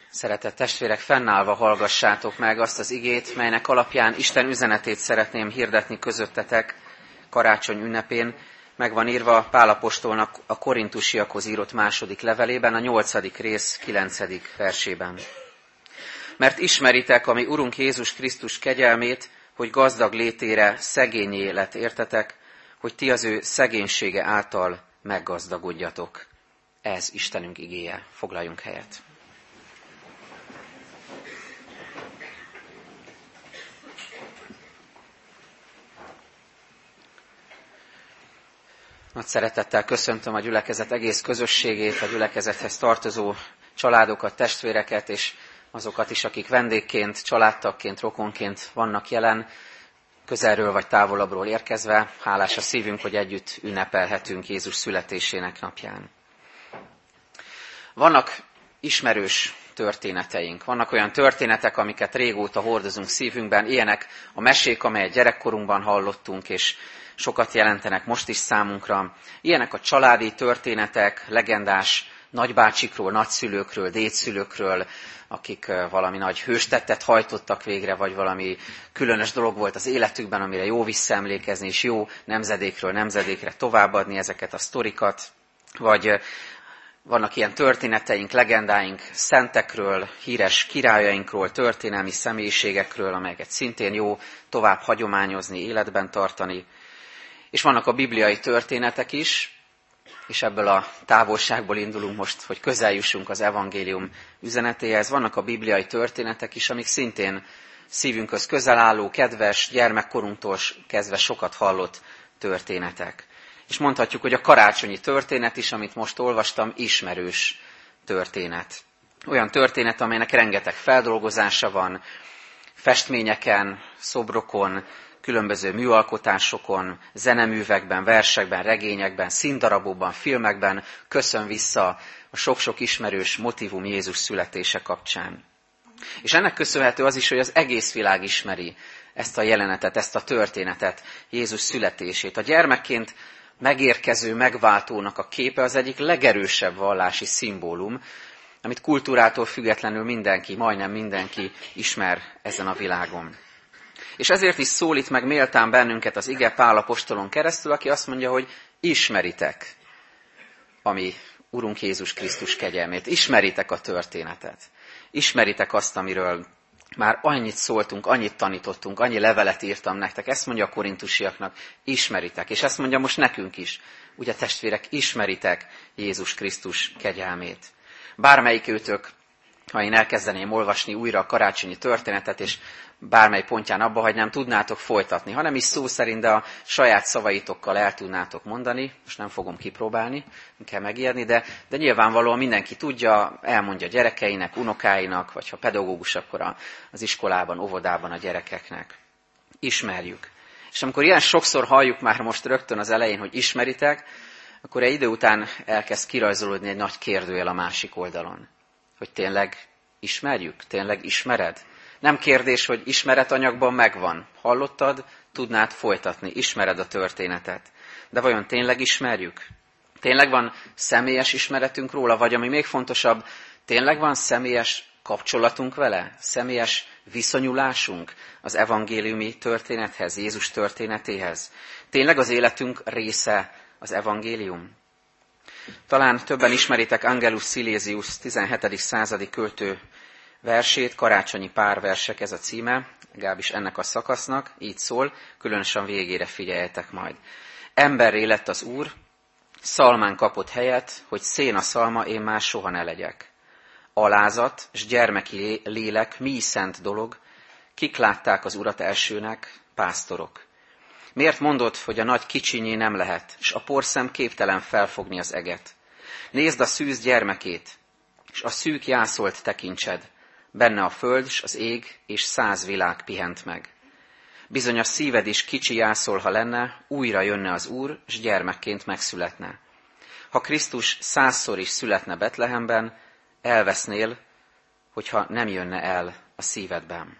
Szeretett testvérek, fennállva hallgassátok meg azt az igét, melynek alapján Isten üzenetét szeretném hirdetni közöttetek karácsony ünnepén. Meg van írva Pál apostolnak a korintusiakhoz írott második levelében, a 8. rész 9. versében. Mert ismeritek a mi Urunk Jézus Krisztus kegyelmét, hogy gazdag létére szegényé lett értetek, hogy ti az ő szegénysége által meggazdagodjatok. Ez Istenünk igéje. Foglaljunk helyet. Nagy szeretettel köszöntöm a gyülekezet egész közösségét, a gyülekezethez tartozó családokat, testvéreket, és azokat is, akik vendégként, családtagként, rokonként vannak jelen, közelről vagy távolabbról érkezve. Hálás a szívünk, hogy együtt ünnepelhetünk Jézus születésének napján. Vannak ismerős történeteink, vannak olyan történetek, amiket régóta hordozunk szívünkben, ilyenek a mesék, amelyet gyerekkorunkban hallottunk, és sokat jelentenek most is számunkra. Ilyenek a családi történetek, legendás nagybácsikról, nagyszülőkről, dédszülőkről, akik valami nagy hőstettet hajtottak végre, vagy valami különös dolog volt az életükben, amire jó visszaemlékezni, és jó nemzedékről nemzedékre továbbadni ezeket a sztorikat. Vagy vannak ilyen történeteink, legendáink szentekről, híres királyainkról, történelmi személyiségekről, amelyeket szintén jó tovább hagyományozni, életben tartani. És vannak a bibliai történetek is, és ebből a távolságból indulunk most, hogy közel jussunk az evangélium üzenetéhez. Vannak a bibliai történetek is, amik szintén szívünkhöz közel álló, kedves, gyermekkorunktól kezdve sokat hallott történetek. És mondhatjuk, hogy a karácsonyi történet is, amit most olvastam, ismerős történet. Olyan történet, amelynek rengeteg feldolgozása van, festményeken, szobrokon, különböző műalkotásokon, zeneművekben, versekben, regényekben, színdarabokban, filmekben köszön vissza a sok-sok ismerős motívum Jézus születése kapcsán. És ennek köszönhető az is, hogy az egész világ ismeri ezt a jelenetet, ezt a történetet, Jézus születését. A gyermekként megérkező megváltónak a képe az egyik legerősebb vallási szimbólum, amit kultúrától függetlenül mindenki, majdnem mindenki ismer ezen a világon. És ezért is szólít meg méltán bennünket az ige Pál apostolon keresztül, aki azt mondja, hogy ismeritek a mi Urunk Jézus Krisztus kegyelmét, ismeritek a történetet, ismeritek azt, amiről már annyit szóltunk, annyit tanítottunk, annyi levelet írtam nektek, ezt mondja a korintusiaknak, ismeritek, és ezt mondja most nekünk is, ugye testvérek, ismeritek Jézus Krisztus kegyelmét. Bármelyik őtök, ha én elkezdeném olvasni újra a karácsonyi történetet, és bármely pontján abba hagynám, tudnátok folytatni. Ha nem is szó szerint, de a saját szavaitokkal el tudnátok mondani. Most nem fogom kipróbálni, nem kell megijedni, de nyilvánvalóan mindenki tudja, elmondja gyerekeinek, unokáinak, vagy ha pedagógus, akkor az iskolában, óvodában a gyerekeknek. Ismerjük. És amikor ilyen sokszor halljuk már most rögtön az elején, hogy ismeritek, akkor egy idő után elkezd kirajzolódni egy nagy kérdőjel a másik oldalon. Hogy tényleg ismerjük? Tényleg ismered? Nem kérdés, hogy ismeretanyagban megvan. Hallottad, tudnád folytatni, ismered a történetet. De vajon tényleg ismerjük? Tényleg van személyes ismeretünk róla? Vagy ami még fontosabb, tényleg van személyes kapcsolatunk vele? Személyes viszonyulásunk az evangéliumi történethez, Jézus történetéhez? Tényleg az életünk része az evangélium? Talán többen ismeritek Angelus Silesius 17. századi költő versét, Karácsonyi párversek ez a címe, legalábbis ennek a szakasznak, így szól, különösen végére figyeljetek majd. Emberré lett az Úr, szalmán kapott helyet, hogy széna szalma én már soha ne legyek. Alázat s gyermeki lélek, mi szent dolog, kik látták az Urat elsőnek, pásztorok. Miért mondod, hogy a nagy kicsinyé nem lehet, s a porszem képtelen felfogni az eget? Nézd a szűz gyermekét, s a szűk jászolt tekintsed, benne a föld, s az ég, és 100 világ pihent meg. Bizony a szíved is kicsi jászol, ha lenne, újra jönne az Úr, s gyermekként megszületne. Ha Krisztus 100-szor is születne Betlehemben, elvesznél, hogyha nem jönne el a szívedben.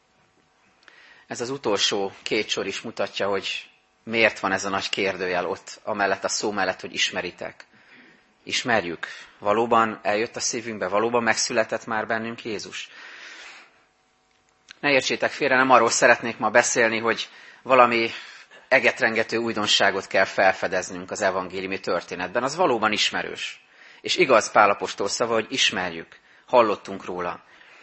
Ez az utolsó két sor is mutatja, hogy miért van ez a nagy kérdőjel ott, amellett a szó mellett, hogy ismeritek. ismerjük? Valóban eljött a szívünkbe? Valóban megszületett már bennünk Jézus? Ne értsétek félre, nem arról szeretnék ma beszélni, hogy valami egetrengető újdonságot kell felfedeznünk az evangéliumi történetben. Az valóban ismerős. És igaz Pál apostol szava, hogy ismerjük, hallottunk róla.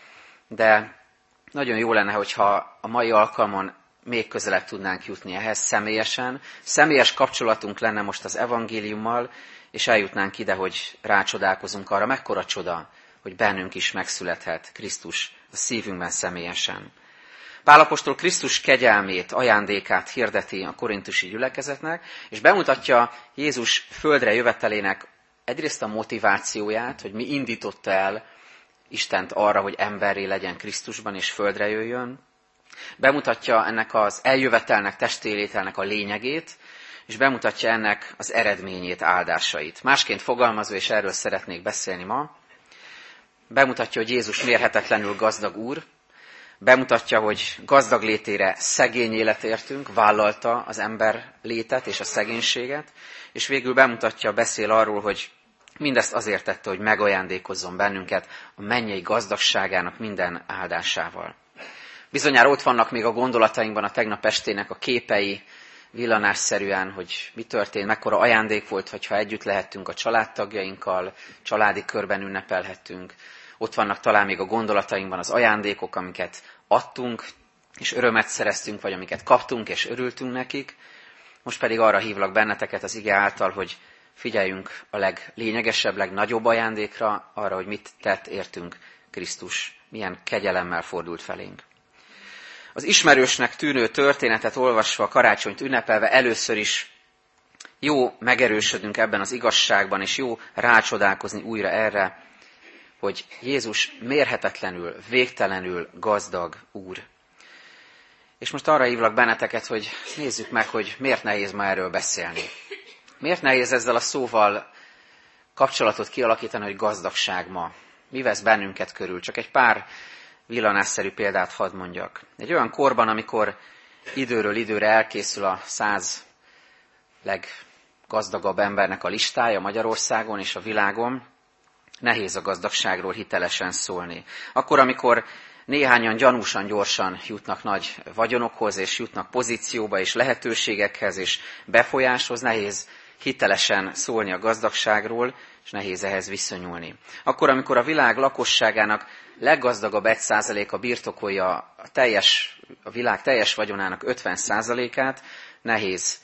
De nagyon jó lenne, hogyha a mai alkalmon még közelebb tudnánk jutni ehhez személyesen. Személyes kapcsolatunk lenne most az evangéliummal, és eljutnánk ide, hogy rácsodálkozunk arra, mekkora csoda, hogy bennünk is megszülethet Krisztus a szívünkben személyesen. Pál apostol Krisztus kegyelmét, ajándékát hirdeti a korintusi gyülekezetnek, és bemutatja Jézus földre jövetelének egyrészt a motivációját, hogy mi indította el Istent arra, hogy emberré legyen Krisztusban és földre jöjjön. Bemutatja ennek az eljövetelnek, testélételnek a lényegét, és bemutatja ennek az eredményét, áldásait. Másként fogalmazva, és erről szeretnék beszélni ma, bemutatja, hogy Jézus mérhetetlenül gazdag úr, bemutatja, hogy gazdag létére szegény élet értünk, vállalta az ember létet és a szegénységet, és végül bemutatja, beszél arról, hogy mindezt azért tette, hogy megajándékozzon bennünket a mennyei gazdagságának minden áldásával. Bizonyára ott vannak még a gondolatainkban a tegnap estének a képei, villanásszerűen, hogy mi történt, mekkora ajándék volt, hogyha együtt lehettünk a családtagjainkkal, családi körben ünnepelhettünk. Ott vannak talán még a gondolatainkban az ajándékok, amiket adtunk, és örömet szereztünk, vagy amiket kaptunk, és örültünk nekik. Most pedig arra hívlak benneteket az ige által, hogy figyeljünk a leglényegesebb, legnagyobb ajándékra, arra, hogy mit tett értünk Krisztus, milyen kegyelemmel fordult felénk. Az ismerősnek tűnő történetet olvasva, karácsonyt ünnepelve először is jó megerősödünk ebben az igazságban, és jó rácsodálkozni újra erre, hogy Jézus mérhetetlenül, végtelenül gazdag úr. És most arra hívlak benneteket, hogy nézzük meg, hogy miért nehéz ma erről beszélni. Miért nehéz ezzel a szóval kapcsolatot kialakítani, hogy gazdagság ma? Mi vesz bennünket körül? Csak egy pár villanásszerű példát hadd mondjak. Egy olyan korban, amikor időről időre elkészül a 100 leggazdagabb embernek a listája Magyarországon és a világon, nehéz a gazdagságról hitelesen szólni. Akkor, amikor néhányan gyanúsan gyorsan jutnak nagy vagyonokhoz, és jutnak pozícióba, és lehetőségekhez, és befolyáshoz, nehéz hitelesen szólni a gazdagságról, és nehéz ehhez viszonyulni. Akkor, amikor a világ lakosságának leggazdagabb 1%-a birtokolja a világ teljes vagyonának 50%-át, nehéz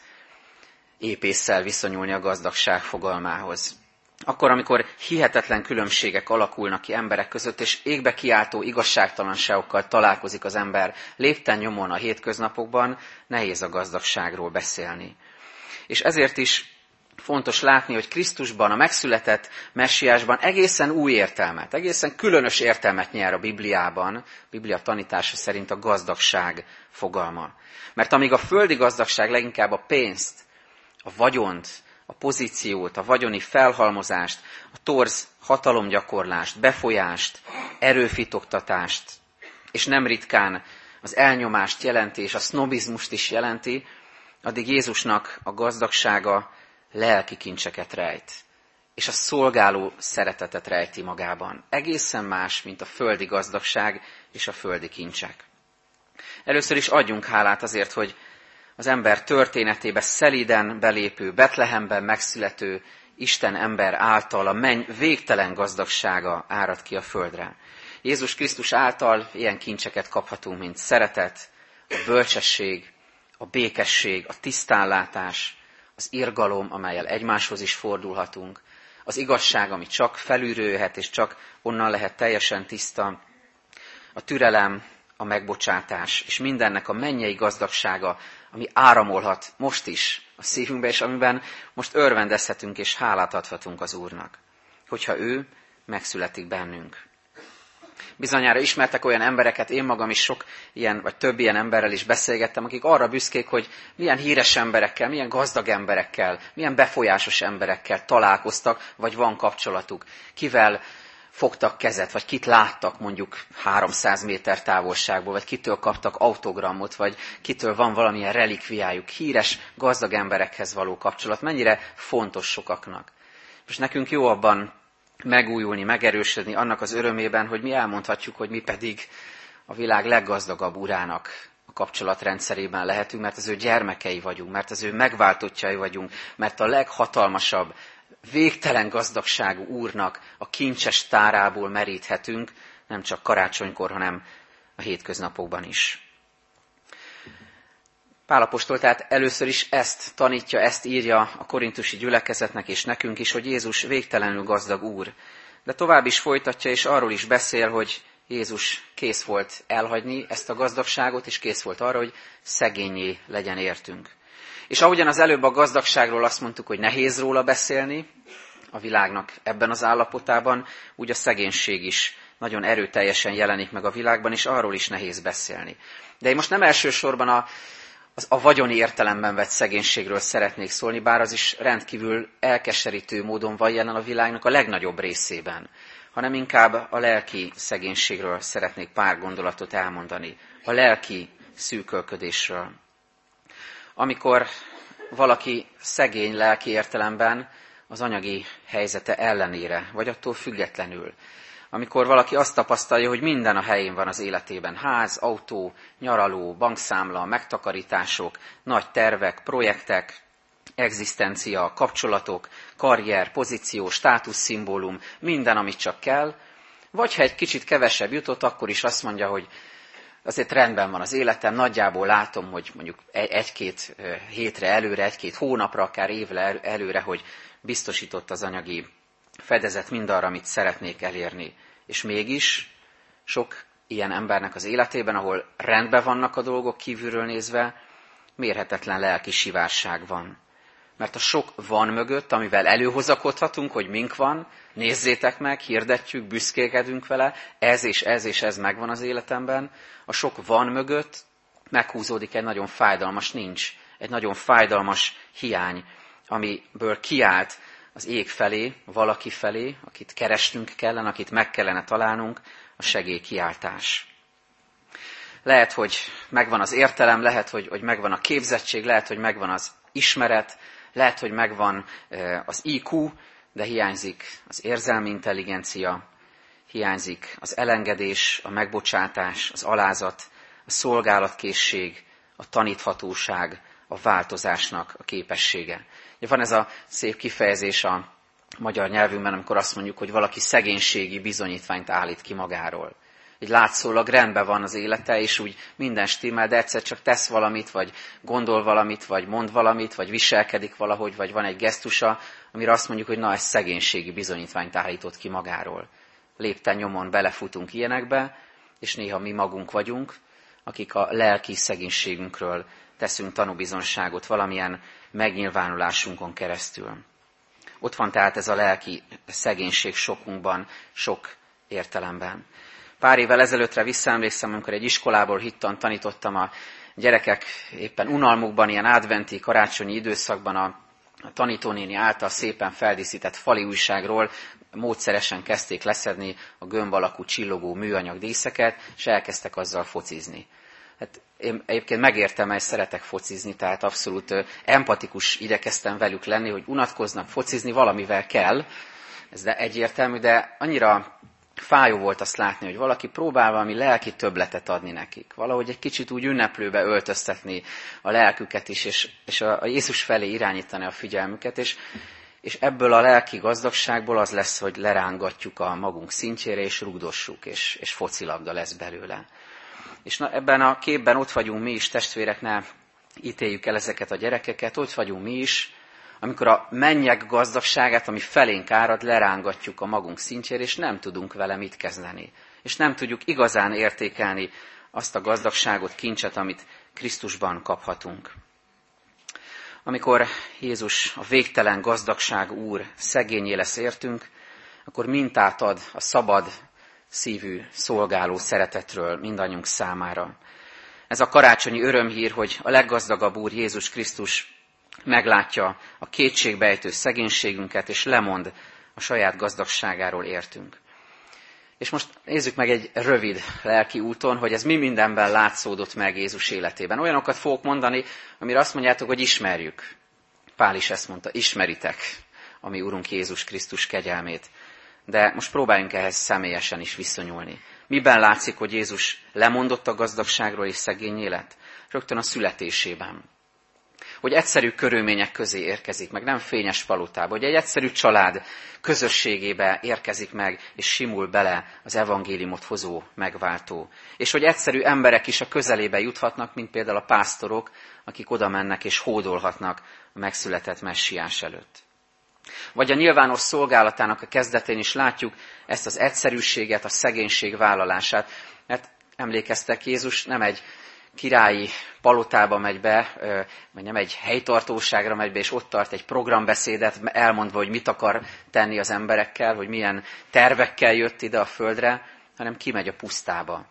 épésszel viszonyulni a gazdagság fogalmához. Akkor, amikor hihetetlen különbségek alakulnak ki emberek között, és égbe kiáltó igazságtalanságokkal találkozik az ember lépten nyomon a hétköznapokban, nehéz a gazdagságról beszélni. És ezért is fontos látni, hogy Krisztusban, a megszületett messiásban egészen új értelmet, egészen különös értelmet nyer a Bibliában, a Biblia tanítása szerint a gazdagság fogalma. Mert amíg a földi gazdagság leginkább a pénzt, a vagyont, a pozíciót, a vagyoni felhalmozást, a torz hatalomgyakorlást, befolyást, erőfitoktatást, és nem ritkán az elnyomást jelenti, és a sznobizmust is jelenti, addig Jézusnak a gazdagsága lelki kincseket rejt, és a szolgáló szeretetet rejti magában. Egészen más, mint a földi gazdagság és a földi kincsek. Először is adjunk hálát azért, hogy az ember történetébe szelíden belépő, Betlehemben megszülető Isten ember által a menny végtelen gazdagsága árad ki a földre. Jézus Krisztus által ilyen kincseket kaphatunk, mint szeretet, a bölcsesség, a békesség, a tisztánlátás, az irgalom, amellyel egymáshoz is fordulhatunk, az igazság, ami csak felülről jöhet, és csak onnan lehet teljesen tiszta, a türelem, a megbocsátás, és mindennek a mennyei gazdagsága, ami áramolhat most is a szívünkbe, és amiben most örvendezhetünk és hálát adhatunk az Úrnak, hogyha ő megszületik bennünk. Bizonyára ismertek olyan embereket, én magam is sok ilyen, vagy több ilyen emberrel is beszélgettem, akik arra büszkék, hogy milyen híres emberekkel, milyen gazdag emberekkel, milyen befolyásos emberekkel találkoztak, vagy van kapcsolatuk. Kivel fogtak kezet, vagy kit láttak mondjuk 300 méter távolságból, vagy kitől kaptak autogramot, vagy kitől van valamilyen relikviájuk. Híres, gazdag emberekhez való kapcsolat mennyire fontos sokaknak. Most nekünk jó abban megújulni, megerősödni annak az örömében, hogy mi elmondhatjuk, hogy mi pedig a világ leggazdagabb urának a kapcsolatrendszerében lehetünk, mert az ő gyermekei vagyunk, mert az ő megváltottjai vagyunk, mert a leghatalmasabb, végtelen gazdagságú úrnak a kincses tárából meríthetünk, nem csak karácsonykor, hanem a hétköznapokban is. Pál apostol tehát először is ezt tanítja, ezt írja a korintusi gyülekezetnek és nekünk is, hogy Jézus végtelenül gazdag úr. De tovább is folytatja, és arról is beszél, hogy Jézus kész volt elhagyni ezt a gazdagságot, és kész volt arra, hogy szegényé legyen értünk. És ahogyan az előbb a gazdagságról azt mondtuk, hogy nehéz róla beszélni a világnak ebben az állapotában, úgy a szegénység is nagyon erőteljesen jelenik meg a világban, és arról is nehéz beszélni. De én most nem elsősorban a vagyoni értelemben vett szegénységről szeretnék szólni, bár az is rendkívül elkeserítő módon van jelen a világnak a legnagyobb részében, hanem inkább a lelki szegénységről szeretnék pár gondolatot elmondani, a lelki szűkölködésről. Amikor valaki szegény lelki értelemben az anyagi helyzete ellenére, vagy attól függetlenül, amikor valaki azt tapasztalja, hogy minden a helyén van az életében, ház, autó, nyaraló, bankszámla, megtakarítások, nagy tervek, projektek, egzisztencia, kapcsolatok, karrier, pozíció, státuszszimbólum, minden, amit csak kell, vagy ha egy kicsit kevesebb jutott, akkor is azt mondja, hogy azért rendben van az életem, nagyjából látom, hogy mondjuk egy-két hétre előre, egy-két hónapra, akár évre előre, hogy biztosított az anyagi fedezet mindarra, amit szeretnék elérni. És mégis sok ilyen embernek az életében, ahol rendben vannak a dolgok kívülről nézve, mérhetetlen lelki sivárság van. Mert a sok van mögött, amivel előhozakodhatunk, hogy mink van, nézzétek meg, hirdetjük, büszkélkedünk vele, ez és ez és ez megvan az életemben, a sok van mögött meghúzódik egy nagyon fájdalmas nincs, egy nagyon fájdalmas hiány, amiből kiállt az ég felé, valaki felé, akit kerestünk kellene, akit meg kellene találnunk, a segélykiáltás. Lehet, hogy megvan az értelem, lehet, hogy megvan a képzettség, lehet, hogy megvan az ismeret, lehet, hogy megvan az IQ, de hiányzik az érzelmi intelligencia, hiányzik az elengedés, a megbocsátás, az alázat, a szolgálatkészség, a taníthatóság, a változásnak a képessége. Van ez a szép kifejezés a magyar nyelvünkben, amikor azt mondjuk, hogy valaki szegénységi bizonyítványt állít ki magáról. Így látszólag rendben van az élete, és úgy minden stimmel, de egyszer csak tesz valamit, vagy gondol valamit, vagy mond valamit, vagy viselkedik valahogy, vagy van egy gesztusa, amire azt mondjuk, hogy na, ez szegénységi bizonyítványt állított ki magáról. Lépten nyomon belefutunk ilyenekbe, és néha mi magunk vagyunk, akik a lelki szegénységünkről teszünk tanúbizonságot valamilyen megnyilvánulásunkon keresztül. Ott van tehát ez a lelki szegénység sokunkban, sok értelemben. Pár évvel ezelőttre visszaemlékszem, amikor egy iskolából hittan tanítottam a gyerekek éppen unalmukban, ilyen adventi, karácsonyi időszakban a tanítónéni által szépen feldíszített fali újságról módszeresen kezdték leszedni a gömb alakú csillogó műanyag díszeket, és elkezdtek azzal focizni. Hát én egyébként megértem, hogy szeretek focizni, tehát abszolút empatikus igyekeztem velük lenni, hogy unatkoznak, focizni valamivel kell, ez de egyértelmű, de annyira fájó volt azt látni, hogy valaki próbál valami lelki többletet adni nekik. Valahogy egy kicsit úgy ünneplőbe öltöztetni a lelküket is, és a Jézus felé irányítani a figyelmüket, és ebből a lelki gazdagságból az lesz, hogy lerángatjuk a magunk szintjére, és rugdossuk, és focilabda lesz belőle. És ebben a képben ott vagyunk mi is, testvérek, ne ítéljük el ezeket a gyerekeket, ott vagyunk mi is, amikor a mennyek gazdagságát, ami felénk árad, lerángatjuk a magunk szintjére, és nem tudunk vele mit kezdeni. És nem tudjuk igazán értékelni azt a gazdagságot, kincset, amit Krisztusban kaphatunk. Amikor Jézus, a végtelen gazdagság úr, szegényé lesz értünk, akkor mintát ad a szabad szívű, szolgáló szeretetről mindannyiunk számára. Ez a karácsonyi örömhír, hogy a leggazdagabb úr Jézus Krisztus meglátja a kétségbejtő szegénységünket, és lemond a saját gazdagságáról értünk. És most nézzük meg egy rövid lelki úton, hogy ez mi mindenben látszódott meg Jézus életében. Olyanokat fogok mondani, amire azt mondjátok, hogy ismerjük. Pál is ezt mondta, ismeritek a mi Urunk Jézus Krisztus kegyelmét. De most próbáljunk ehhez személyesen is viszonyulni. Miben látszik, hogy Jézus lemondott a gazdagságról és szegény lett? Rögtön a születésében. Hogy egyszerű körülmények közé érkezik meg, nem fényes palotába, hogy egy egyszerű család közösségébe érkezik meg, és simul bele az evangéliumot hozó megváltó. És hogy egyszerű emberek is a közelébe juthatnak, mint például a pásztorok, akik oda mennek és hódolhatnak a megszületett messiás előtt. Vagy a nyilvános szolgálatának a kezdetén is látjuk ezt az egyszerűséget, a szegénység vállalását, mert emlékeztek, Jézus nem egy királyi palotába megy be, vagy nem egy helytartóságra megy be, és ott tart egy programbeszédet, elmondva, hogy mit akar tenni az emberekkel, hogy milyen tervekkel jött ide a földre, hanem kimegy a pusztába,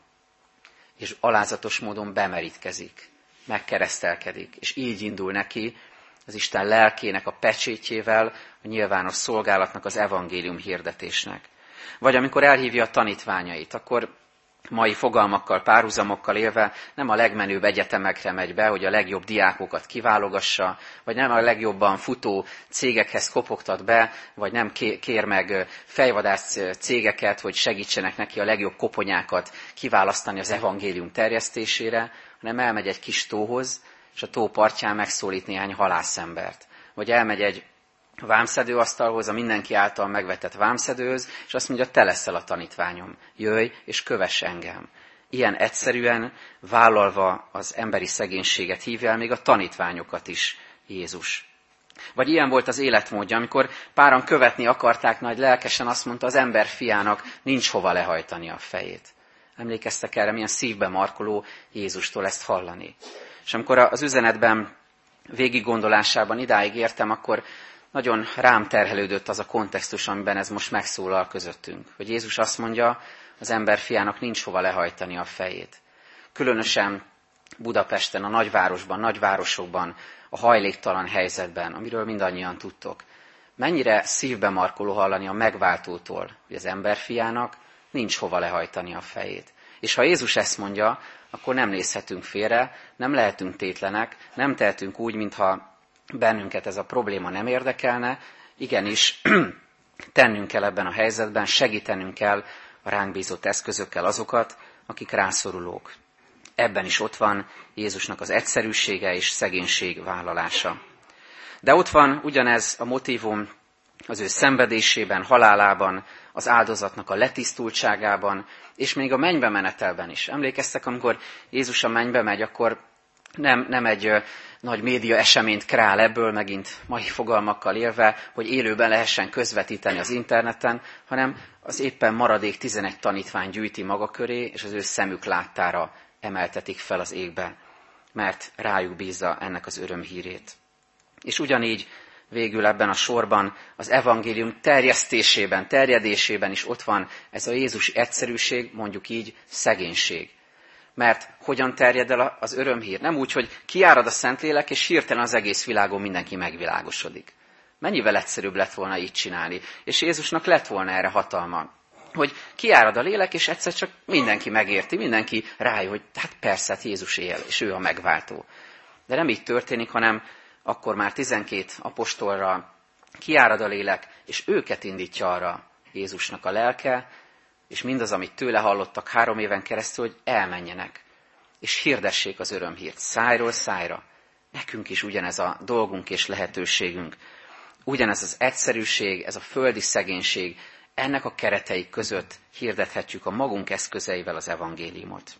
és alázatos módon bemerítkezik, megkeresztelkedik, és így indul neki az Isten lelkének a pecsétjével, a nyilvános szolgálatnak, az evangélium hirdetésnek. Vagy amikor elhívja a tanítványait, akkor mai fogalmakkal, párhuzamokkal élve nem a legmenőbb egyetemekre megy be, hogy a legjobb diákokat kiválogassa, vagy nem a legjobban futó cégekhez kopogtat be, vagy nem kér meg fejvadász cégeket, hogy segítsenek neki a legjobb koponyákat kiválasztani az evangélium terjesztésére, hanem elmegy egy kis tóhoz, és a tó partján megszólít néhány halászembert. Vagy elmegy egy vámszedőasztalhoz, a mindenki által megvetett vámszedőhöz, és azt mondja, te leszel a tanítványom, jöjj és kövess engem. Ilyen egyszerűen vállalva az emberi szegénységet hívja el még a tanítványokat is Jézus. Vagy ilyen volt az életmódja, amikor páran követni akarták, nagy lelkesen azt mondta, az ember fiának nincs hova lehajtani a fejét. Emlékeztek erre, milyen szívbe markoló Jézustól ezt hallani. És amikor az üzenetben végiggondolásában idáig értem, akkor nagyon rám terhelődött az a kontextus, amiben ez most megszólal közöttünk. Hogy Jézus azt mondja, az ember fiának nincs hova lehajtani a fejét. Különösen Budapesten, a nagyvárosban, nagyvárosokban, a hajléktalan helyzetben, amiről mindannyian tudtok. Mennyire szívbe markoló hallani a megváltótól, hogy az ember fiának nincs hova lehajtani a fejét. És ha Jézus ezt mondja, akkor nem nézhetünk félre, nem lehetünk tétlenek, nem tehetünk úgy, mintha bennünket ez a probléma nem érdekelne. Igenis, tennünk kell ebben a helyzetben, segítenünk kell a ránk bízott eszközökkel azokat, akik rászorulók. Ebben is ott van Jézusnak az egyszerűsége és szegénység vállalása. De ott van ugyanez a motívum az ő szenvedésében, halálában, az áldozatnak a letisztultságában, és még a mennybe menetelben is. Emlékeztek, amikor Jézus a mennybe megy, akkor nem egy nagy média eseményt kreál ebből, megint mai fogalmakkal élve, hogy élőben lehessen közvetíteni az interneten, hanem az éppen maradék 11 tanítvány gyűjti maga köré, és az ő szemük láttára emeltetik fel az égbe, mert rájuk bízza ennek az örömhírét. És ugyanígy végül ebben a sorban az evangélium terjesztésében, terjedésében is ott van ez a Jézus egyszerűség, mondjuk így szegénység. Mert hogyan terjed el az örömhír? Nem úgy, hogy kiárad a Szentlélek, és hirtelen az egész világon mindenki megvilágosodik. Mennyivel egyszerűbb lett volna így csinálni? És Jézusnak lett volna erre hatalma. Hogy kiárad a lélek, és egyszer csak mindenki megérti, mindenki rájön, hogy hát persze, hát Jézus él, és ő a megváltó. De nem így történik, hanem akkor már 12 apostolra kiárad a lélek, és őket indítja arra Jézusnak a lelke, és mindaz, amit tőle hallottak 3 éven keresztül, hogy elmenjenek, és hirdessék az örömhírt szájról szájra. Nekünk is ugyanez a dolgunk és lehetőségünk. Ugyanez az egyszerűség, ez a földi szegénység, ennek a keretei között hirdethetjük a magunk eszközeivel az evangéliumot.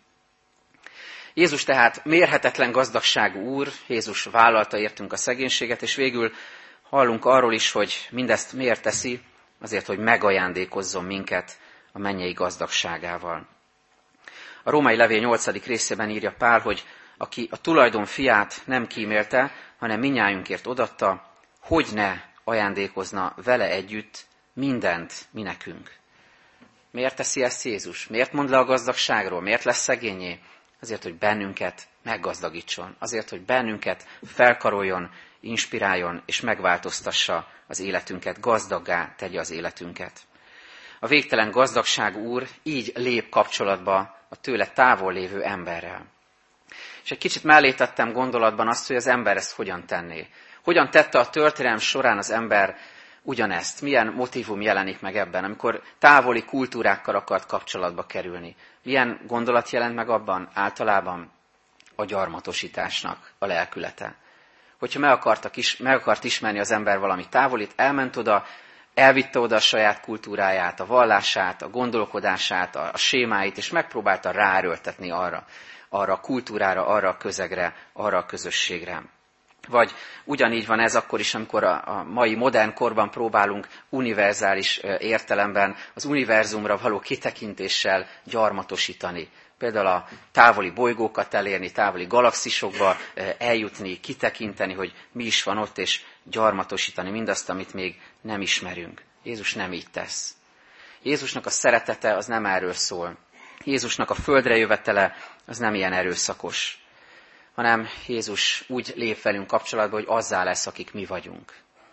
Jézus tehát mérhetetlen gazdagságú úr, Jézus vállalta értünk a szegénységet, és végül hallunk arról is, hogy mindezt miért teszi, azért, hogy megajándékozzon minket a mennyei gazdagságával. A római levél 8. részében írja Pál, hogy aki a tulajdon fiát nem kímélte, hanem minnyájunkért odatta, hogy ne ajándékozna vele együtt mindent mi nekünk. Miért teszi ezt Jézus? Miért mond le a gazdagságról? Miért lesz szegényé? Azért, hogy bennünket meggazdagítson. Azért, hogy bennünket felkaroljon, inspiráljon és megváltoztassa az életünket, gazdaggá tegye az életünket. A végtelen gazdagságú úr így lép kapcsolatba a tőle távol lévő emberrel. És egy kicsit mellé tettem gondolatban azt, hogy az ember ezt hogyan tenné. Hogyan tette a történelem során az ember ugyanezt. Milyen motívum jelenik meg ebben, amikor távoli kultúrákkal akart kapcsolatba kerülni? Milyen gondolat jelent meg abban általában? A gyarmatosításnak a lelkülete. Hogyha meg akart ismerni az ember valami távolit, elment oda, elvitte oda a saját kultúráját, a vallását, a gondolkodását, a sémáit, és megpróbálta ráerőltetni arra a kultúrára, arra a közegre, arra a közösségre. Vagy ugyanígy van ez akkor is, amikor a mai modern korban próbálunk univerzális értelemben az univerzumra való kitekintéssel gyarmatosítani. Például a távoli bolygókat elérni, távoli galaxisokba eljutni, kitekinteni, hogy mi is van ott, és gyarmatosítani mindazt, amit még nem ismerünk. Jézus nem így tesz. Jézusnak a szeretete az nem erről szól. Jézusnak a földre jövetele az nem ilyen erőszakos, hanem Jézus úgy lép velünk kapcsolatba, hogy azzá lesz, akik mi vagyunk.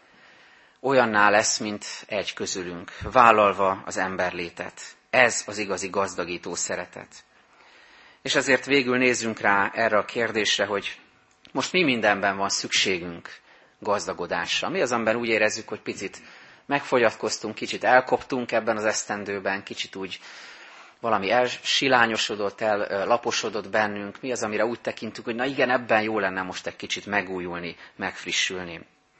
Olyanná lesz, mint egy közülünk, vállalva az emberlétet. Ez az igazi gazdagító szeretet. És ezért végül nézzünk rá erre a kérdésre, hogy most mi mindenben van szükségünk gazdagodásra. Mi az, amiben úgy érezzük, hogy picit megfogyatkoztunk, kicsit elkoptunk ebben az esztendőben, kicsit úgy valami elsilányosodott, ellaposodott bennünk. Mi az, amire úgy tekintünk, hogy na igen, ebben jó lenne most egy kicsit megújulni, megfrissülni.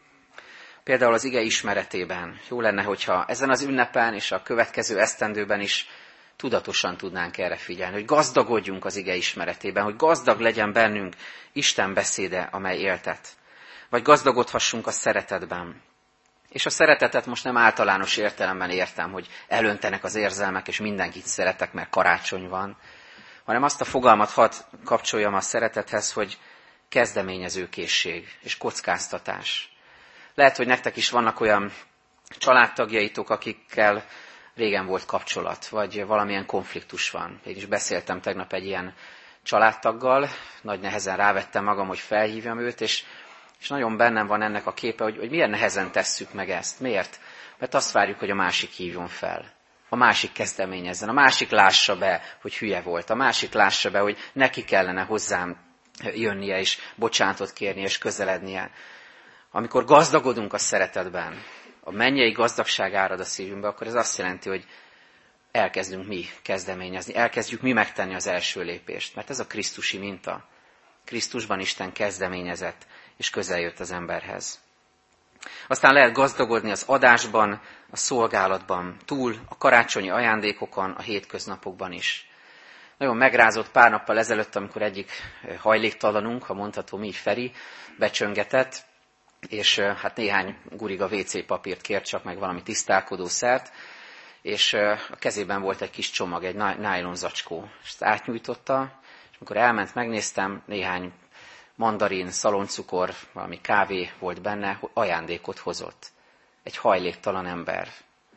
Például az ige ismeretében jó lenne, hogyha ezen az ünnepen és a következő esztendőben is tudatosan tudnánk erre figyelni, hogy gazdagodjunk az ige ismeretében, hogy gazdag legyen bennünk Isten beszéde, amely éltet. Vagy gazdagodhassunk a szeretetben. És a szeretetet most nem általános értelemben értem, hogy elöntenek az érzelmek, és mindenkit szeretek, mert karácsony van, hanem azt a fogalmat hadd kapcsoljam a szeretethez, hogy kezdeményezőkészség és kockáztatás. Lehet, hogy nektek is vannak olyan családtagjaitok, akikkel régen volt kapcsolat, vagy valamilyen konfliktus van. Én is beszéltem tegnap egy ilyen családtaggal, nagy nehezen rávettem magam, hogy felhívjam őt, és nagyon bennem van ennek a képe, hogy milyen nehezen tesszük meg ezt. Miért? Mert azt várjuk, hogy a másik hívjon fel. A másik kezdeményezzen. A másik lássa be, hogy hülye volt. A másik lássa be, hogy neki kellene hozzám jönnie, és bocsánatot kérnie, és közelednie. Amikor gazdagodunk a szeretetben, a mennyei gazdagság árad a szívünkbe, akkor ez azt jelenti, hogy elkezdünk mi kezdeményezni, elkezdjük mi megtenni az első lépést. Mert ez a krisztusi minta. Krisztusban Isten kezdeményezett, és közel jött az emberhez. Aztán lehet gazdagodni az adásban, a szolgálatban, túl a karácsonyi ajándékokon, a hétköznapokban is. Nagyon megrázott pár nappal ezelőtt, amikor egyik hajléktalanunk, ha mondható így Feri, becsöngetett, és hát néhány guriga WC papírt kért csak meg valami tisztálkodószert, és a kezében volt egy kis csomag, egy nájlon zacskó. És ezt átnyújtotta, és amikor elment, megnéztem, néhány mandarin, szaloncukor, valami kávé volt benne, ajándékot hozott. Egy hajléktalan ember.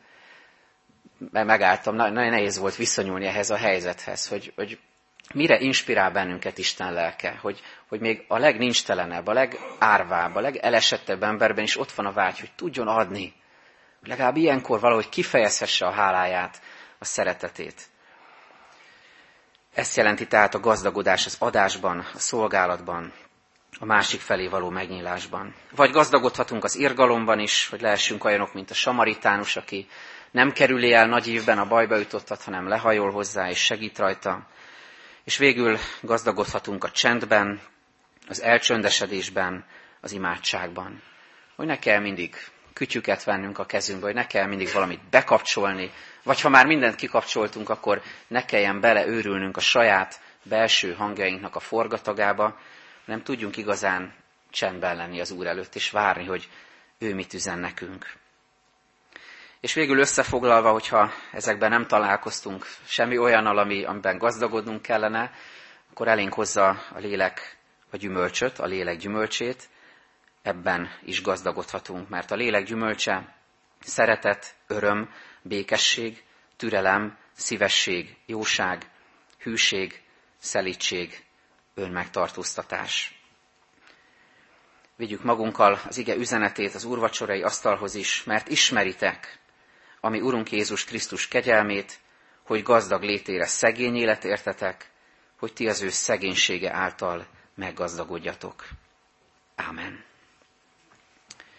Megálltam, nagyon nehéz volt viszonyulni ehhez a helyzethez, hogy mire inspirál bennünket Isten lelke, hogy még a legnincstelenebb, a legárvább, a legelesettebb emberben is ott van a vágy, hogy tudjon adni. Legalább ilyenkor valahogy kifejezhesse a háláját, a szeretetét. Ezt jelenti tehát a gazdagodás az adásban, a szolgálatban, a másik felé való megnyílásban. Vagy gazdagodhatunk az irgalomban is, hogy lehessünk olyanok, mint a samaritánus, aki nem kerüli el nagy ívben a bajba jutottat, hanem lehajol hozzá és segít rajta. És végül gazdagodhatunk a csendben, az elcsöndesedésben, az imádságban. Hogy ne kell mindig kütyüket vennünk a kezünkbe, hogy ne kell mindig valamit bekapcsolni, vagy ha már mindent kikapcsoltunk, akkor ne kelljen beleőrülnünk a saját belső hangjainknak a forgatagába, hanem tudjunk igazán csendben lenni az Úr előtt, és várni, hogy ő mit üzen nekünk. És végül összefoglalva, hogyha ezekben nem találkoztunk semmi olyannal, amiben gazdagodnunk kellene, akkor elénk hozza a lélek a gyümölcsöt, a lélek gyümölcsét, ebben is gazdagodhatunk, mert a lélek gyümölcse szeretet, öröm, békesség, türelem, szívesség, jóság, hűség, szelídség, önmegtartóztatás. Vigyük magunkkal az ige üzenetét az úrvacsorai asztalhoz is, mert ismeritek, ami Urunk Jézus Krisztus kegyelmét, hogy gazdag létére szegény élet értetek, hogy ti az ő szegénysége által meggazdagodjatok. Ámen.